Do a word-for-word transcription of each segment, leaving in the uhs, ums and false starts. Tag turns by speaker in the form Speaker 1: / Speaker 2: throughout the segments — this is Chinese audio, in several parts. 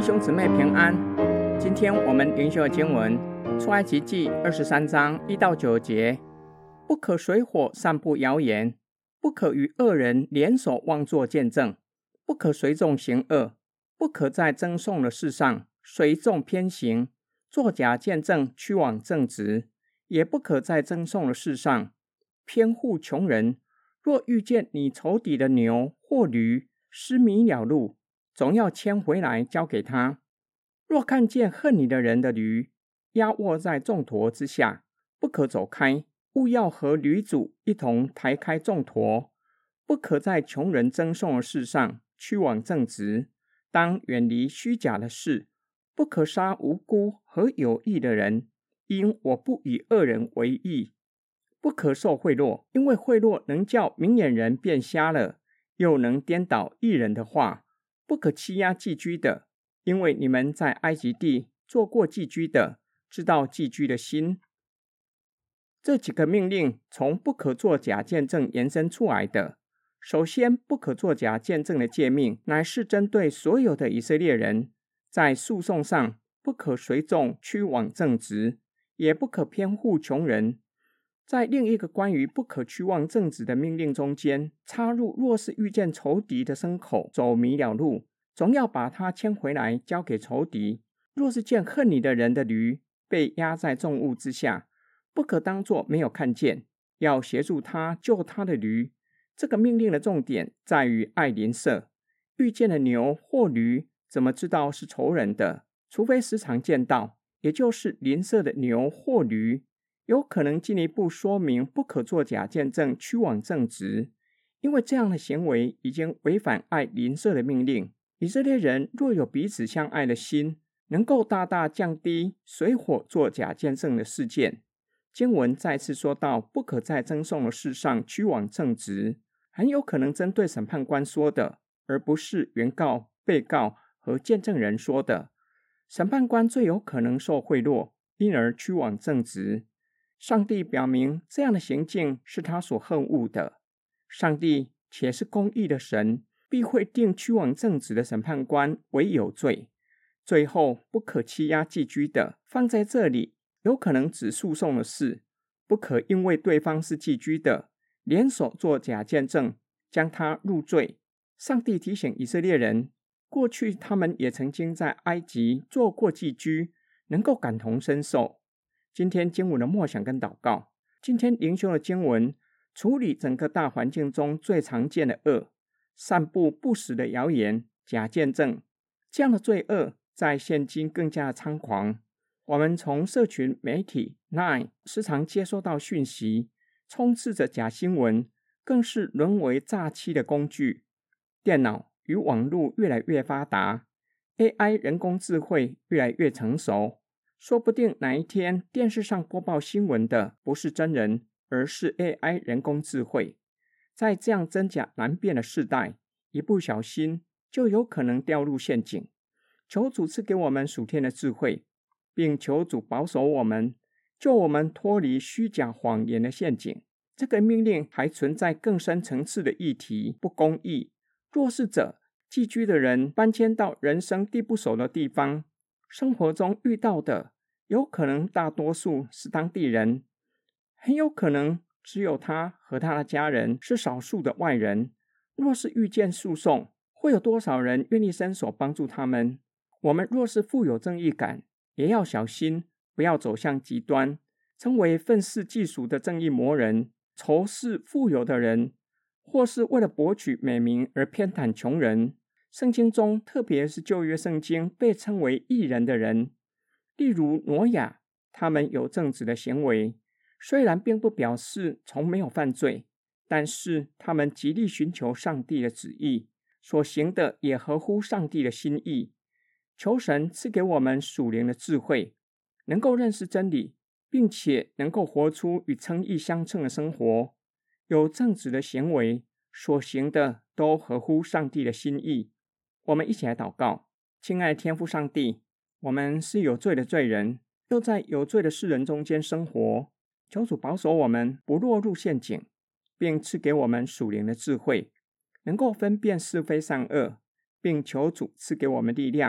Speaker 1: 兄姊妹平安。今天我们灵修的经文出埃及记二十三章一到九节。不可随火散布谣言，不可与恶人联手妄作见证，不可随众行恶，不可在争讼的事上随众偏行，作假见证屈枉正直，也不可在争讼的事上偏护穷人。若遇见你仇敌的牛或驴失迷了路，总要牵回来交给他。若看见恨你的人的驴压卧在重驮之下，不可走开，务要和驴主一同抬开重驮。不可在穷人争讼的事上屈枉正直，当远离虚假的事。不可杀无辜和有义的人，因我不以恶人为义。不可受贿赂，因为贿赂能叫明眼人变瞎了，又能颠倒义人的话。不可欺压寄居的，因为你们在埃及地做过寄居的，知道寄居的心。这几个命令从不可作假见证延伸出来的。首先，不可作假见证的诫命乃是针对所有的以色列人，在诉讼上不可随众屈枉正直，也不可偏护穷人。在另一个关于不可屈枉正直的命令中间插入，若是遇见仇敌的牲口走迷了路，总要把它牵回来交给仇敌。若是见恨你的人的驴被压在重物之下，不可当作没有看见，要协助他救他的驴。这个命令的重点在于爱邻舍。遇见了牛或驴，怎么知道是仇人的？除非时常见到，也就是邻舍的牛或驴。有可能进一步说明不可作假见证屈枉正直，因为这样的行为已经违反爱邻舍的命令。以色列人若有彼此相爱的心，能够大大降低随火作假见证的事件。经文再次说到不可在争讼的事上屈枉正直，很有可能针对审判官说的，而不是原告、被告和见证人说的。审判官最有可能受贿赂，因而屈枉正直。上帝表明这样的行径是他所恨恶的。上帝且是公义的神，必会定屈枉正直的审判官为有罪。最后，不可欺压寄居的，放在这里有可能指诉讼的事。不可因为对方是寄居的，联手作假见证，将他入罪。上帝提醒以色列人，过去他们也曾经在埃及做过寄居，能够感同身受。今天经文的默想跟祷告。今天灵修的经文处理整个大环境中最常见的恶，散布不实的谣言、假见证。这样的罪恶在现今更加猖狂。我们从社群媒体 Line 时常接收到讯息，充斥着假新闻，更是沦为诈欺的工具。电脑与网络越来越发达， A I 人工智慧越来越成熟，说不定哪一天电视上播报新闻的不是真人，而是 A I 人工智慧。在这样真假难辨的世代，一不小心就有可能掉入陷阱。求主赐给我们属天的智慧，并求主保守我们，救我们脱离虚假谎言的陷阱。这个命令还存在更深层次的议题，不公义。弱势者、寄居的人搬迁到人生地不熟的地方，生活中遇到的有可能大多数是当地人，很有可能只有他和他的家人是少数的外人。若是遇见诉讼，会有多少人愿意伸手帮助他们？我们若是富有正义感，也要小心，不要走向极端，成为愤世嫉俗的正义魔人，仇视富有的人，或是为了博取美名而偏袒穷人。圣经中，特别是旧约圣经被称为义人的人，例如挪亚，他们有正直的行为，虽然并不表示从没有犯罪，但是他们极力寻求上帝的旨意，所行的也合乎上帝的心意。求神赐给我们属灵的智慧，能够认识真理，并且能够活出与称义相称的生活。有正直的行为，所行的都合乎上帝的心意。我们一起来祷告。亲爱的天父上帝，我们是有罪的罪人，又在有罪的世人中间生活。求主保守我们不落入陷阱，并赐给我们属灵的智慧，能够分辨是非善恶，并求主赐给我们力量，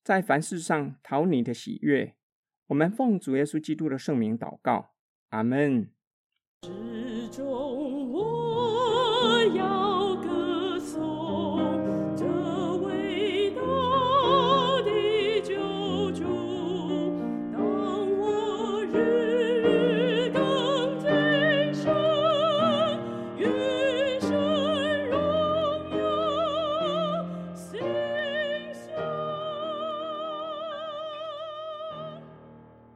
Speaker 1: 在凡事上讨你的喜悦。我们奉主耶稣基督的圣名祷告，阿们。
Speaker 2: 始终我要